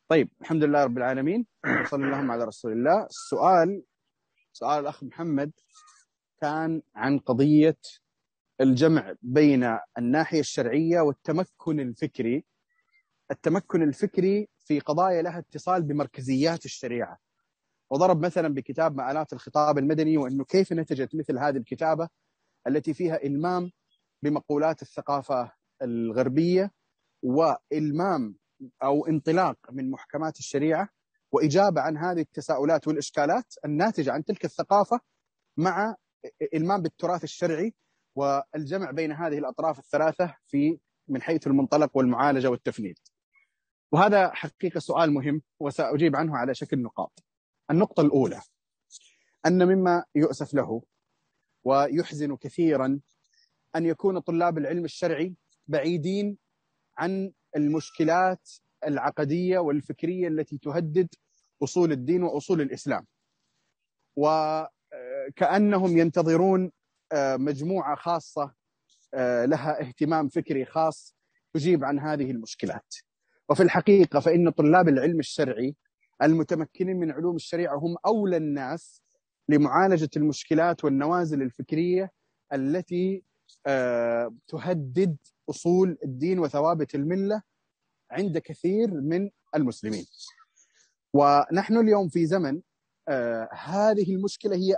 طيب، الحمد لله رب العالمين، وصلى اللهم على رسول الله. سؤال الأخ محمد كان عن قضية الجمع بين الناحية الشرعية والتمكن الفكري. التمكن الفكري في قضايا لها اتصال بمركزيات الشريعة، وضرب مثلا بكتاب مآلات الخطاب المدني، وأنه كيف نتجت مثل هذه الكتابة التي فيها إلمام بمقولات الثقافة الغربية، وإلمام أو انطلاق من محكمات الشريعة، وإجابة عن هذه التساؤلات والإشكالات الناتجة عن تلك الثقافة، مع إلمام بالتراث الشرعي، والجمع بين هذه الأطراف الثلاثة من حيث المنطلق والمعالجة والتفنيد. وهذا حقيقة سؤال مهم، وسأجيب عنه على شكل نقاط. النقطة الأولى، أن مما يؤسف له ويحزن كثيرا أن يكون طلاب العلم الشرعي بعيدين عن المشكلات العقدية والفكرية التي تهدد أصول الدين وأصول الإسلام، وكأنهم ينتظرون مجموعة خاصة لها اهتمام فكري خاص تجيب عن هذه المشكلات. وفي الحقيقة فإن طلاب العلم الشرعي المتمكنين من علوم الشريعة هم أولى الناس لمعالجة المشكلات والنوازل الفكرية التي تهدد أصول الدين وثوابت الملة عند كثير من المسلمين. ونحن اليوم في زمن هذه المشكلة هي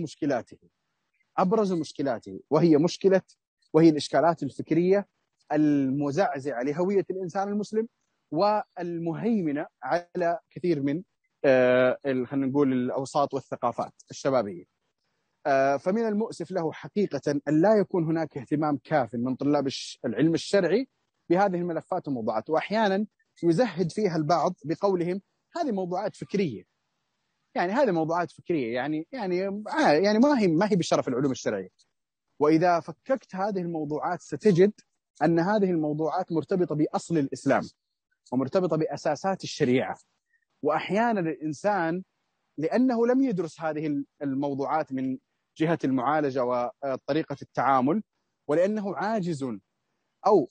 أبرز مشكلاته، وهي الإشكالات الفكرية المزعزعة لهوية الإنسان المسلم، والمهيمنة على كثير من خلينا نقول الأوساط والثقافات الشبابية. فمن المؤسف له حقيقة أن لا يكون هناك اهتمام كاف من طلاب العلم الشرعي بهذه الملفات والموضوعات، وأحيانا يزهد فيها البعض بقولهم هذه موضوعات فكرية. يعني هذه موضوعات فكرية، يعني ما هي بشرف العلوم الشرعية. وإذا فككت هذه الموضوعات ستجد أن هذه الموضوعات مرتبطة بأصل الإسلام ومرتبطة بأساسات الشريعة. وأحيانا الإنسان لأنه لم يدرس هذه الموضوعات من جهة المعالجة وطريقة التعامل، ولأنه عاجز، أو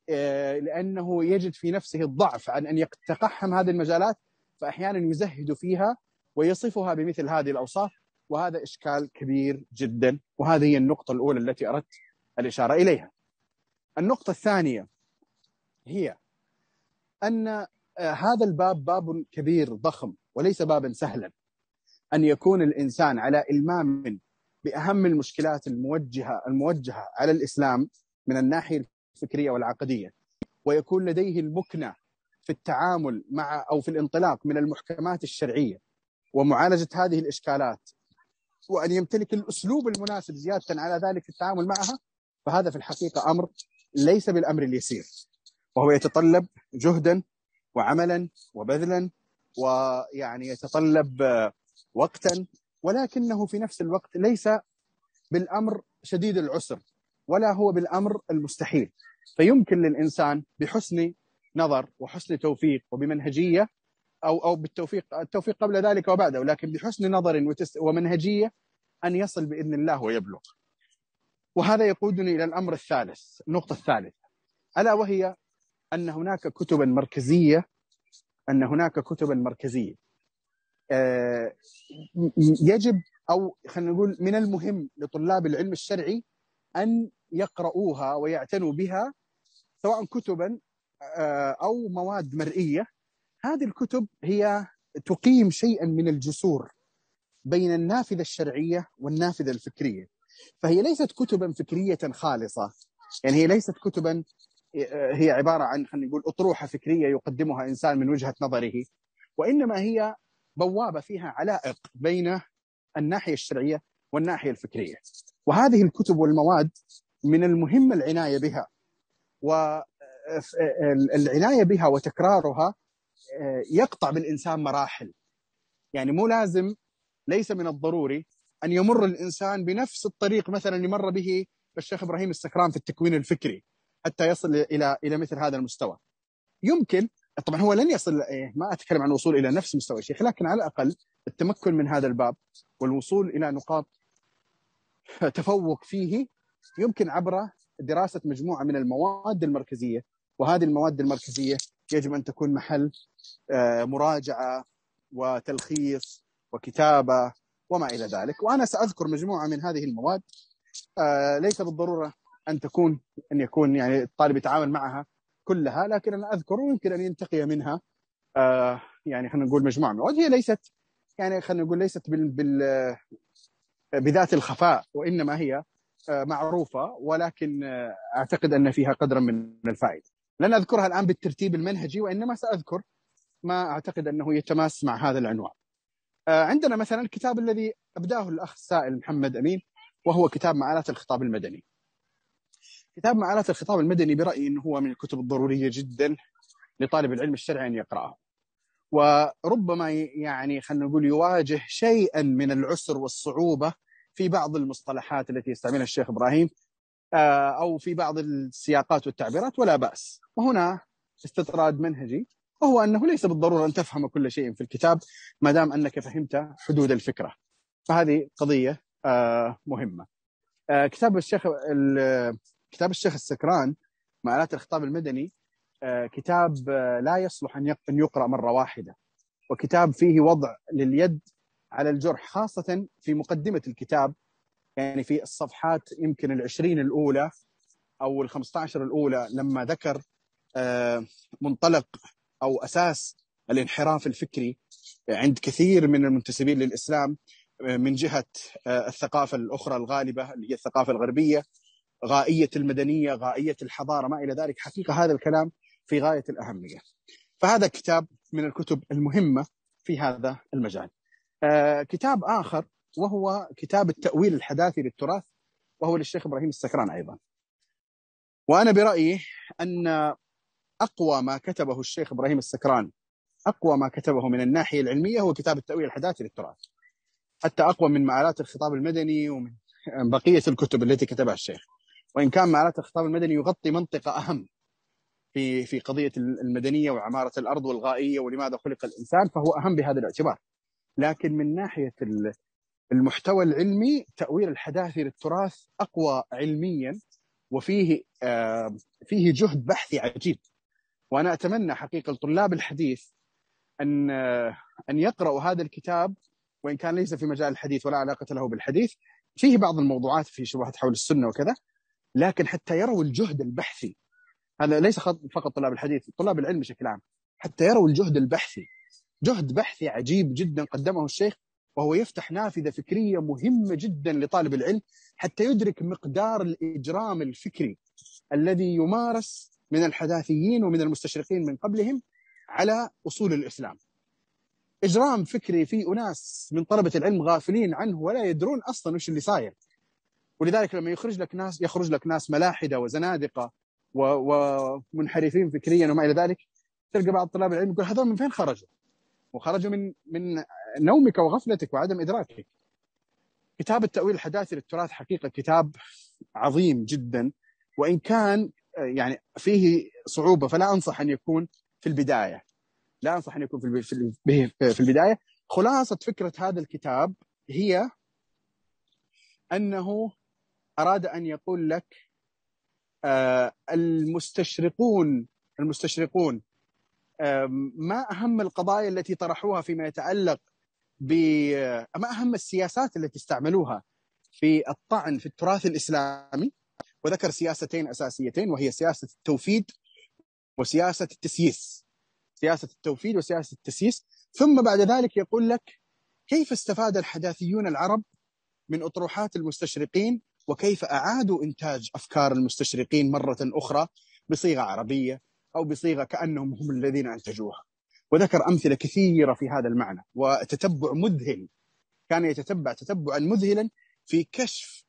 لأنه يجد في نفسه الضعف عن أن يتقحم هذه المجالات، فأحيانا يزهد فيها ويصفها بمثل هذه الأوصاف، وهذا إشكال كبير جدا. وهذه هي النقطة الأولى التي أردت الإشارة إليها. النقطة الثانية هي أن هذا الباب باب كبير ضخم وليس بابا سهلا. أن يكون الإنسان على إلمام بأهم المشكلات الموجهة على الإسلام من الناحية الفكرية والعقدية، ويكون لديه المكنة في التعامل مع أو في الانطلاق من المحكمات الشرعية ومعالجة هذه الإشكالات، وأن يمتلك الأسلوب المناسب زيادة على ذلك في التعامل معها، فهذا في الحقيقة أمر ليس بالأمر اليسير، وهو يتطلب جهدا وعملا وبذلا، ويعني يتطلب وقتا، ولكنه في نفس الوقت ليس بالأمر شديد العسر ولا هو بالأمر المستحيل. فيمكن للإنسان بحسن نظر وحسن توفيق وبمنهجية أو التوفيق قبل ذلك وبعده، لكن بحسن نظر ومنهجية أن يصل بإذن الله ويبلغ. وهذا يقودني إلى الأمر الثالث، النقطة الثالثة، ألا وهي أن هناك كتبا مركزية يجب، أو خلينا نقول من المهم لطلاب العلم الشرعي أن يقرؤوها ويعتنوا بها، سواء كتبا أو مواد مرئية. هذه الكتب هي تقيم شيئا من الجسور بين النافذة الشرعية والنافذة الفكرية. فهي ليست كتبا فكرية خالصة، يعني هي ليست كتبا هي عبارة عن خلينا نقول أطروحة فكرية يقدمها إنسان من وجهة نظره، وإنما هي بوابة فيها علائق بين الناحية الشرعية والناحية الفكرية. وهذه الكتب والمواد من المهم العناية بها، والعناية بها وتكرارها يقطع بالإنسان مراحل. يعني مو لازم، ليس من الضروري أن يمر الإنسان بنفس الطريق مثلا اللي مر به الشيخ إبراهيم السكران في التكوين الفكري حتى يصل إلى مثل هذا المستوى. يمكن طبعا هو لن يصل، ما أتكلم عن الوصول إلى نفس مستوى الشيخ، لكن على الأقل التمكن من هذا الباب والوصول إلى نقاط تفوق فيه يمكن عبر دراسة مجموعة من المواد المركزية. وهذه المواد المركزية يجب أن تكون محل مراجعة وتلخيص وكتابة وما إلى ذلك. وأنا سأذكر مجموعة من هذه المواد، ليس بالضرورة أن يكون يعني الطالب يتعامل معها كلها، لكن أنا أذكر ويمكن أن ينتقي منها يعني خلينا نقول مجموعة من المواد. هي ليست يعني خلينا نقول ليست بذات الخفاء، وإنما هي معروفة، ولكن أعتقد أن فيها قدرا من الفائدة. لن أذكرها الآن بالترتيب المنهجي، وإنما سأذكر ما أعتقد أنه يتماس مع هذا العنوان. عندنا مثلا الكتاب الذي أبداه الأخ السائل محمد أمين، وهو كتاب معالات الخطاب المدني. كتاب معالات الخطاب المدني برأيي أنه هو من الكتب الضرورية جدا لطالب العلم الشرعي أن يقرأه، وربما يعني خلينا نقول يواجه شيئا من العسر والصعوبة في بعض المصطلحات التي يستعملها الشيخ إبراهيم أو في بعض السياقات والتعبيرات، ولا بأس. وهنا استطراد منهجي، وهو أنه ليس بالضرورة أن تفهم كل شيء في الكتاب ما دام أنك فهمت حدود الفكرة، فهذه قضية مهمة. كتاب الشيخ السكران معالات الخطاب المدني كتاب لا يصلح أن يقرأ مرة واحدة، وكتاب فيه وضع لليد على الجرح، خاصة في مقدمة الكتاب، يعني في الصفحات يمكن 20 الأولى أو 15 الأولى، لما ذكر منطلق أو أساس الانحراف الفكري عند كثير من المنتسبين للإسلام من جهة الثقافة الأخرى الغالبة اللي هي الثقافة الغربية، غائية المدنية، غائية الحضارة، ما إلى ذلك. حقيقة هذا الكلام في غاية الأهمية، فهذا كتاب من الكتب المهمة في هذا المجال. كتاب آخر وهو كتاب التأويل الحداثي للتراث، وهو للشيخ إبراهيم السكران أيضا. وأنا برأيي أن أقوى ما كتبه الشيخ إبراهيم السكران، أقوى ما كتبه من الناحية العلمية، هو كتاب التأويل الحداثي للتراث، حتى أقوى من معالات الخطاب المدني ومن بقية الكتب التي كتبها الشيخ. وإن كان معالات الخطاب المدني يغطي منطقة أهم في قضية المدنية وعمارة الأرض والغائية ولماذا خلق الإنسان، فهو أهم بهذا الاعتبار. لكن من ناحية المحتوى العلمي، تأويل الحداثي للتراث أقوى علميا، وفيه فيه جهد بحثي عجيب. وأنا أتمنى حقيقة طلاب الحديث أن يقرأوا هذا الكتاب، وإن كان ليس في مجال الحديث ولا علاقة له بالحديث، فيه بعض الموضوعات في شبهات حول السنة وكذا، لكن حتى يروا الجهد البحثي. هذا ليس فقط طلاب الحديث، طلاب العلم بشكل عام، حتى يروا الجهد البحثي. جهد بحثي عجيب جدا قدمه الشيخ، وهو يفتح نافذة فكرية مهمة جدا لطالب العلم حتى يدرك مقدار الإجرام الفكري الذي يمارس من الحداثيين ومن المستشرقين من قبلهم على أصول الإسلام. إجرام فكري في أناس من طلبة العلم غافلين عنه ولا يدرون أصلا وش اللي صاير. ولذلك لما يخرج لك ناس ملاحدة وزنادقة ومنحرفين فكريا وما إلى ذلك، تلقى بعض طلاب العلم يقول هذول من فين خرجوا؟ وخرجوا من نومك وغفلتك وعدم إدراكك. كتاب التأويل الحداثي للتراث حقيقة كتاب عظيم جدا، وإن كان يعني فيه صعوبة، فلا أنصح أن يكون في البداية، لا أنصح أن يكون في البداية. خلاصة فكرة هذا الكتاب هي أنه أراد أن يقول لك المستشرقون ما أهم القضايا التي طرحوها فيما يتعلق ما أهم السياسات التي استعملوها في الطعن في التراث الإسلامي. وذكر سياستين أساسيتين، وهي سياسة التوفيد وسياسة التسييس. سياسة التوفيد وسياسة التسييس. ثم بعد ذلك يقول لك كيف استفاد الحداثيون العرب من أطروحات المستشرقين، وكيف أعادوا إنتاج أفكار المستشرقين مرة أخرى بصيغة عربية أو بصيغة كأنهم هم الذين أنتجوها. وذكر أمثلة كثيرة في هذا المعنى، وتتبع مذهل، كان يتتبع تتبعا مذهلا في كشف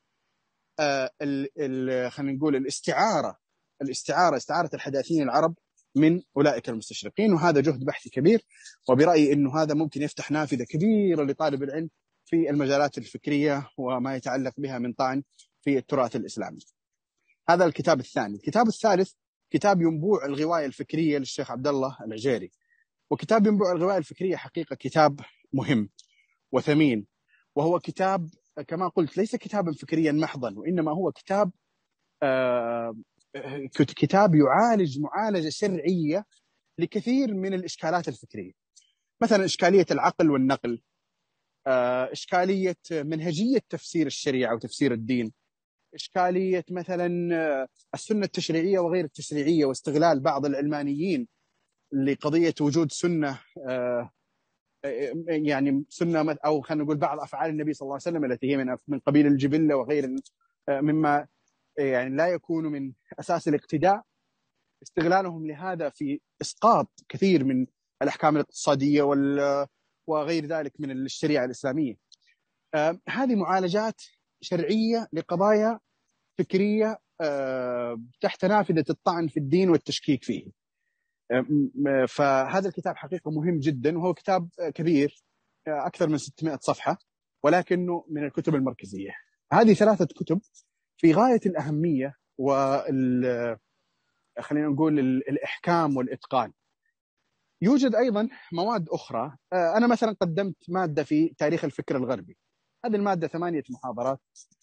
خلينا نقول استعارة الحداثيين العرب من أولئك المستشرقين. وهذا جهد بحثي كبير، وبرأيي أنه هذا ممكن يفتح نافذة كبيرة لطالب العلم في المجالات الفكرية وما يتعلق بها من طعن في التراث الإسلامي. هذا الكتاب الثاني. الكتاب الثالث كتاب ينبوع الغواية الفكرية للشيخ عبد الله العجيري. وكتاب ينبوع الغواية الفكرية حقيقة كتاب مهم وثمين، وهو كتاب كما قلت ليس كتابا فكريا محضا، وإنما هو كتاب يعالج معالجة شرعية لكثير من الإشكالات الفكرية، مثلا إشكالية العقل والنقل، إشكالية منهجية تفسير الشريعة وتفسير الدين، إشكالية مثلا السنة التشريعية وغير التشريعية، واستغلال بعض العلمانيين لقضية وجود سنة، يعني سنة أو خلينا نقول بعض أفعال النبي صلى الله عليه وسلم التي هي من قبيل الجبلة وغير مما يعني لا يكون من أساس الاقتداء، استغلالهم لهذا في إسقاط كثير من الأحكام الاقتصادية وغير ذلك من الشريعة الإسلامية. هذه معالجات شرعية لقضايا فكرية تحت نافذة الطعن في الدين والتشكيك فيه. فهذا الكتاب حقيقة مهم جدا، وهو كتاب كبير أكثر من 600 صفحة، ولكنه من الكتب المركزية. هذه 3 كتب في غاية الأهمية خلينا نقول الإحكام والإتقان. يوجد أيضا مواد أخرى. أنا مثلا قدمت مادة في تاريخ الفكر الغربي. هذه المادة 8 محاضرات،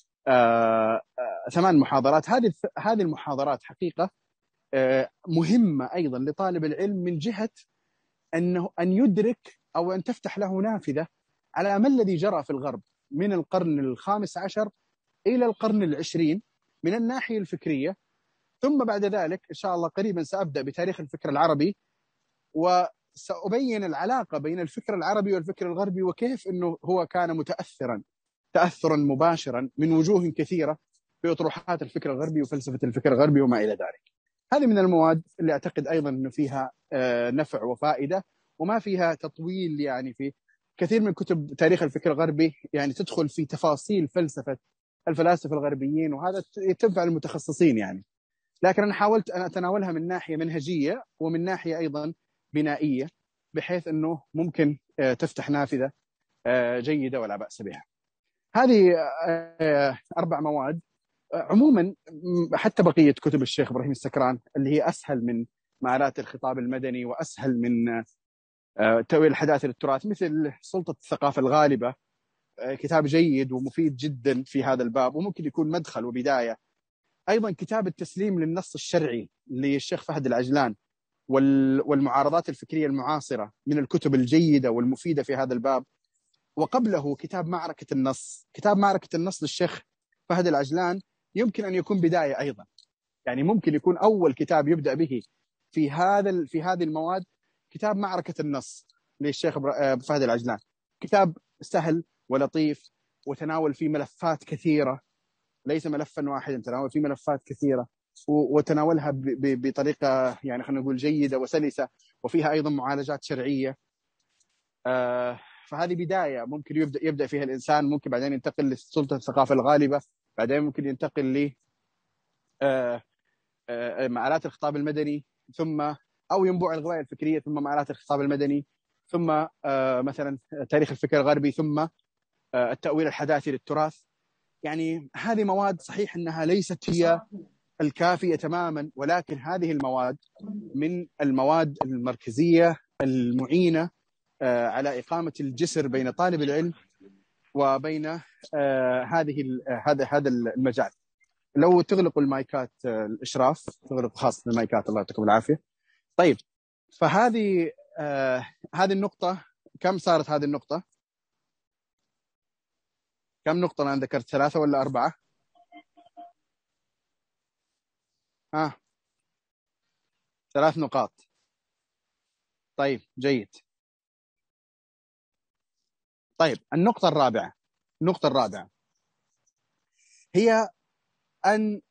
8 محاضرات. هذه المحاضرات حقيقة مهمة أيضا لطالب العلم، من جهة أن يدرك أو أن تفتح له نافذة على ما الذي جرى في الغرب من القرن ال15 إلى القرن ال20 من الناحية الفكرية. ثم بعد ذلك إن شاء الله قريبا سأبدأ بتاريخ الفكر العربي، وسأبين العلاقة بين الفكر العربي والفكر الغربي، وكيف أنه هو كان تأثرا مباشرا من وجوه كثيرة بأطروحات الفكر الغربي وفلسفة الفكر الغربي وما إلى ذلك. هذه من المواد اللي أعتقد أيضا أنه فيها نفع وفائدة، وما فيها تطويل. يعني في كثير من كتب تاريخ الفكر الغربي يعني تدخل في تفاصيل فلسفة الفلاسفة الغربيين، وهذا تنفع المتخصصين يعني. لكن أنا حاولت أن أتناولها من ناحية منهجية ومن ناحية أيضا بنائية، بحيث أنه ممكن تفتح نافذة جيدة ولا بأس بها. هذه 4 مواد. عموما حتى بقية كتب الشيخ إبراهيم السكران اللي هي أسهل من مآلات الخطاب المدني وأسهل من تأويل الحداثة للتراث، مثل سلطة الثقافة الغالبة، كتاب جيد ومفيد جدا في هذا الباب، وممكن يكون مدخل وبداية. أيضا كتاب التسليم للنص الشرعي للشيخ فهد العجلان والمعارضات الفكرية المعاصرة من الكتب الجيدة والمفيدة في هذا الباب. وقبله كتاب معركة النص. كتاب معركة النص للشيخ فهد العجلان يمكن أن يكون بداية أيضا، يعني ممكن يكون أول كتاب يبدأ به في هذه المواد كتاب معركة النص للشيخ فهد العجلان. كتاب سهل ولطيف، وتناول فيه ملفات كثيرة، ليس ملفا واحدا، تناول فيه ملفات كثيرة، وتناولها بطريقة يعني خلينا نقول جيدة وسلسة، وفيها أيضا معالجات شرعية. فهذه بداية ممكن يبدأ فيها الإنسان، ممكن بعدين ينتقل لسلطة الثقافة الغالبة، بعدين ممكن ينتقل ل مآلات الخطاب المدني، ثم أو ينبوع الغواية الفكرية، ثم مآلات الخطاب المدني، ثم مثلا تاريخ الفكر الغربي، ثم التأويل الحداثي للتراث. يعني هذه مواد صحيح أنها ليست هي الكافية تماما، ولكن هذه المواد من المواد المركزية المعينة على إقامة الجسر بين طالب العلم وبين هذا المجال. لو تغلقوا المايكات الإشراف، تغلقوا خاصة المايكات، الله يعطيكم العافية. طيب، فهذه هذه النقطة. كم صارت هذه النقطة؟ كم نقطة أنا ذكرت؟ 3 ولا 4؟ 3 نقاط. طيب جيد. طيب النقطة الرابعة هي أن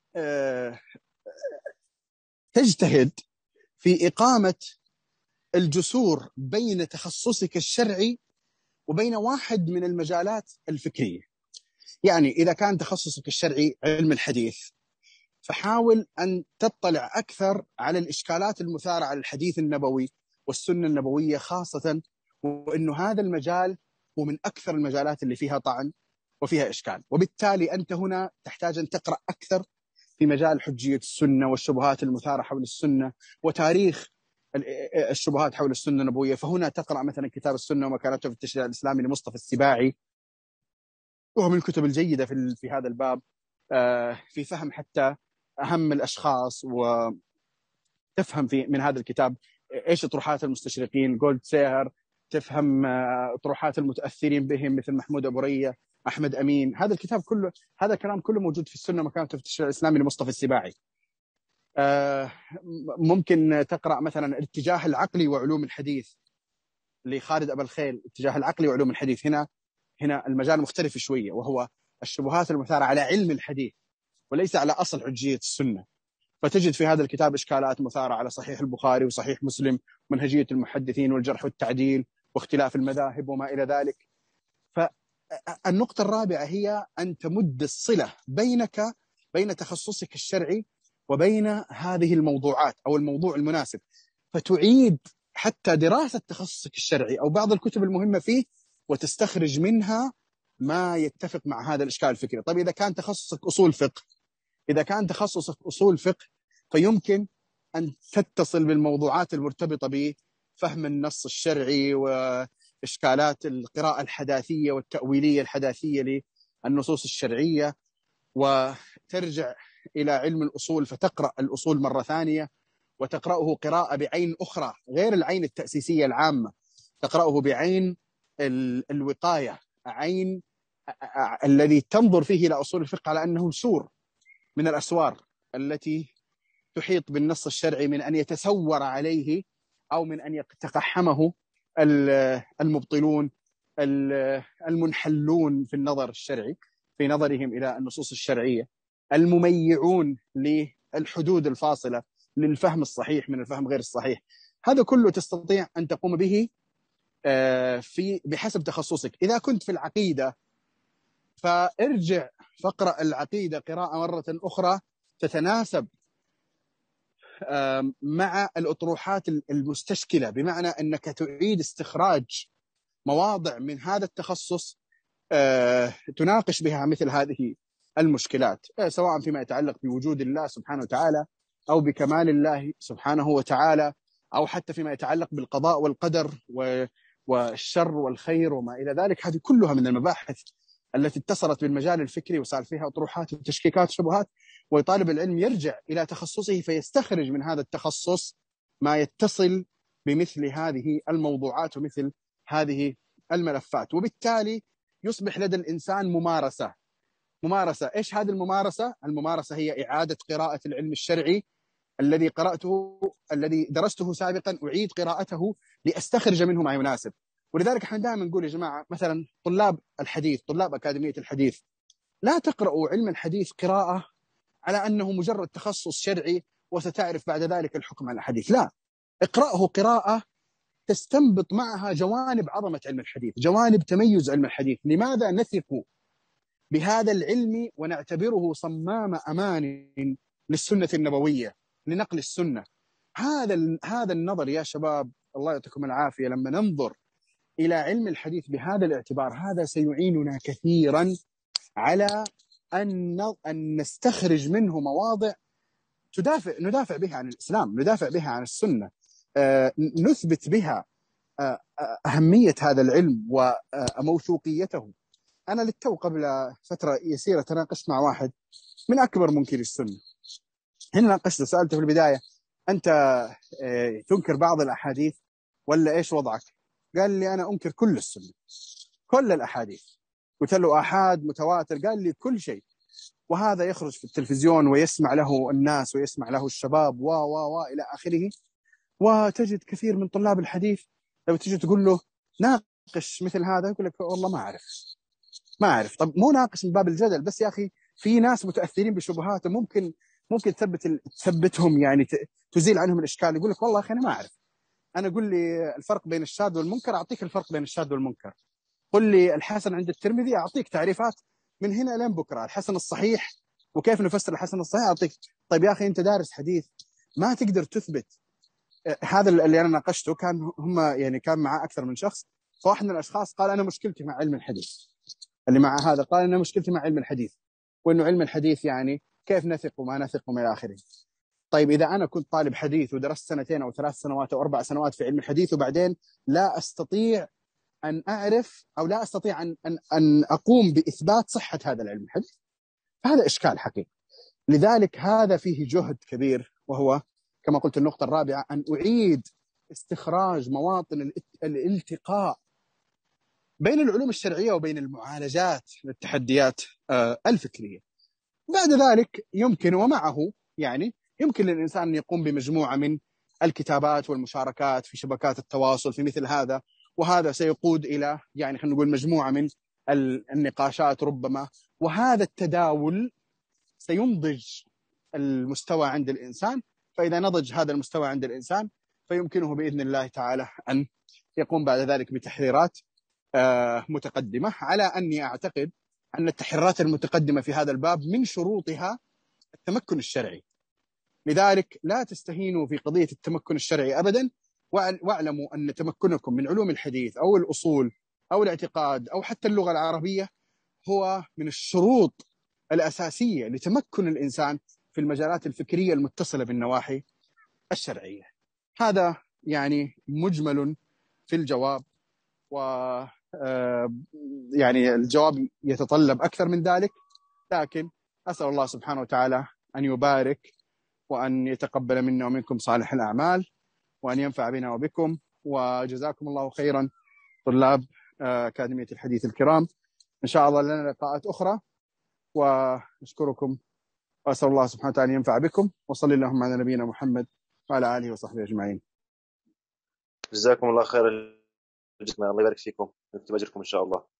تجتهد في إقامة الجسور بين تخصصك الشرعي وبين واحد من المجالات الفكرية. يعني إذا كان تخصصك الشرعي علم الحديث، فحاول أن تطلع أكثر على الإشكالات المثارة على الحديث النبوي والسنة النبوية خاصة، وأنه هذا المجال هو من أكثر المجالات اللي فيها طعن وفيها إشكال. وبالتالي أنت هنا تحتاج أن تقرأ أكثر في مجال حجية السنة والشبهات المثارة حول السنة وتاريخ الشبهات حول السنة النبوية. فهنا تقرأ مثلا كتاب السنة ومكانته في التشريع الإسلامي لمصطفى السباعي، وهو من الكتب الجيدة في هذا الباب، في فهم حتى أهم الأشخاص، وتفهم من هذا الكتاب إيش أطروحات المستشرقين، جولد سيهر، تفهم أطروحات المتأثرين بهم مثل محمود أبو رية، أحمد أمين. هذا الكتاب كله، هذا الكلام كله موجود في السنة مكان تفتش الإسلامي لمصطفى السباعي. ممكن تقرأ مثلا الاتجاه العقلي وعلوم الحديث لخالد أبا الخيل، الاتجاه العقلي وعلوم الحديث. هنا المجال مختلف شوية، وهو الشبهات المثارة على علم الحديث وليس على أصل حجية السنة. فتجد في هذا الكتاب إشكالات مثارة على صحيح البخاري وصحيح مسلم، منهجية المحدثين والجرح والتعديل واختلاف المذاهب وما إلى ذلك. فالنقطة الرابعة هي أن تمد الصلة بين تخصصك الشرعي وبين هذه الموضوعات أو الموضوع المناسب، فتعيد حتى دراسة تخصصك الشرعي أو بعض الكتب المهمة فيه وتستخرج منها ما يتفق مع هذا الإشكال الفكري. طيب إذا كان تخصصك أصول فقه، فيمكن أن تتصل بالموضوعات المرتبطة بفهم النص الشرعي وإشكالات القراءة الحداثية والتأويلية الحداثية للنصوص الشرعية، وترجع إلى علم الأصول فتقرأ الأصول مرة ثانية وتقرأه قراءة بعين أخرى غير العين التأسيسية العامة، تقرأه بعين الوقاية، عين الذي تنظر فيه إلى أصول الفقه على أنه سور من الأسوار التي تحيط بالنص الشرعي من أن يتسور عليه أو من أن يتقحمه المبطلون المنحلون في النظر الشرعي، في نظرهم إلى النصوص الشرعية، المميعون للحدود الفاصلة للفهم الصحيح من الفهم غير الصحيح. هذا كله تستطيع أن تقوم به بحسب تخصصك. إذا كنت في العقيدة فارجع فاقرأ العقيدة قراءة مرة أخرى تتناسب مع الأطروحات المستشكلة، بمعنى أنك تعيد استخراج مواضع من هذا التخصص تناقش بها مثل هذه المشكلات، سواء فيما يتعلق بوجود الله سبحانه وتعالى أو بكمال الله سبحانه وتعالى، أو حتى فيما يتعلق بالقضاء والقدر والشر والخير وما إلى ذلك. هذه كلها من المباحث التي اتصلت بالمجال الفكري وصار فيها أطروحات وتشكيكات وشبهات، وطالب العلم يرجع إلى تخصصه فيستخرج من هذا التخصص ما يتصل بمثل هذه الموضوعات ومثل هذه الملفات، وبالتالي يصبح لدى الإنسان ممارسة. إيش هذه الممارسة؟ الممارسة هي إعادة قراءة العلم الشرعي الذي قرأته، الذي درسته سابقا، أعيد قراءته لأستخرج منه ما يناسب. ولذلك احنا دائما نقول يا جماعة، مثلا طلاب الحديث، طلاب أكاديمية الحديث، لا تقرأوا علم الحديث قراءة على أنه مجرد تخصص شرعي وستعرف بعد ذلك الحكم على الحديث. لا، اقرأه قراءة تستنبط معها جوانب عظمة علم الحديث، جوانب تميز علم الحديث. لماذا نثق بهذا العلم ونعتبره صمام أمان للسنة النبوية، لنقل السنة؟ هذا النظر يا شباب، الله يعطيكم العافية، لما ننظر إلى علم الحديث بهذا الاعتبار، هذا سيعيننا كثيرا على أن نستخرج منه مواضع ندافع بها عن الإسلام، ندافع بها عن السنة، نثبت بها أهمية هذا العلم وموثوقيته. أنا للتو قبل فترة يسيرة تناقشت مع واحد من أكبر منكري السنة. هنا ناقشته، سألته في البداية: أنت تنكر بعض الأحاديث ولا إيش وضعك؟ قال لي: أنا أنكر كل السنة، كل الأحاديث. قلت له: أحاد، متواتر؟ قال لي: كل شيء. وهذا يخرج في التلفزيون ويسمع له الناس ويسمع له الشباب إلى آخره. وتجد كثير من طلاب الحديث لو تجي تقول له ناقش مثل هذا يقول لك: والله ما أعرف. طب مو ناقش من باب الجدل بس يا أخي، في ناس متأثرين بشبهات ممكن تثبتهم، يعني تزيل عنهم الإشكال. يقول لك: والله يا أخي أنا ما أعرف، أنا قل لي الفرق بين الشاذ والمنكر أعطيك الفرق بين الشاذ والمنكر، قل لي الحسن عند الترمذي أعطيك تعريفات من هنا لين بكرة، الحسن الصحيح وكيف نفسر الحسن الصحيح أعطيك. طيب يا أخي أنت دارس حديث ما تقدر تثبت. هذا اللي أنا ناقشته كان معه أكثر من شخص. فواحد من الأشخاص قال: أنا مشكلتي مع علم الحديث. اللي مع هذا قال: أنا مشكلتي مع علم الحديث، وإنه علم الحديث يعني كيف نثق وما نثق وما إلى آخره. طيب إذا أنا كنت طالب حديث ودرست 2 أو 3 سنوات أو 4 سنوات في علم الحديث، وبعدين لا أستطيع أن أعرف أو لا أستطيع أن أقوم بإثبات صحة هذا العلم الحديث، فهذا إشكال حقيقي. لذلك هذا فيه جهد كبير، وهو كما قلت النقطة الرابعة: أن أعيد استخراج مواطن الالتقاء بين العلوم الشرعية وبين المعالجات للتحديات الفكرية. بعد ذلك يمكن ومعه يعني يمكن للإنسان أن يقوم بمجموعة من الكتابات والمشاركات في شبكات التواصل في مثل هذا، وهذا سيقود إلى يعني خلينا نقول مجموعة من النقاشات ربما، وهذا التداول سينضج المستوى عند الإنسان. فإذا نضج هذا المستوى عند الإنسان فيمكنه بإذن الله تعالى أن يقوم بعد ذلك بتحريرات متقدمة، على أني أعتقد أن التحريرات المتقدمة في هذا الباب من شروطها التمكن الشرعي. لذلك لا تستهينوا في قضية التمكن الشرعي أبدا، واعلموا أن تمكنكم من علوم الحديث أو الأصول أو الاعتقاد أو حتى اللغة العربية هو من الشروط الأساسية لتمكن الإنسان في المجالات الفكرية المتصلة بالنواحي الشرعية. هذا يعني مجمل في الجواب، و يعني الجواب يتطلب أكثر من ذلك، لكن أسأل الله سبحانه وتعالى أن يبارك وأن يتقبل منا ومنكم صالح الأعمال، وأن ينفع بنا وبكم. وجزاكم الله خيرا طلاب أكاديمية الحديث الكرام. إن شاء الله لنا لقاءات أخرى، ونشكركم وأسأل الله سبحانه وتعالى أن ينفع بكم. وصلى اللهم على نبينا محمد وعلى آله وصحبه أجمعين. جزاكم الله خير. الله يبارك فيكم ويكتب أجركم إن شاء الله.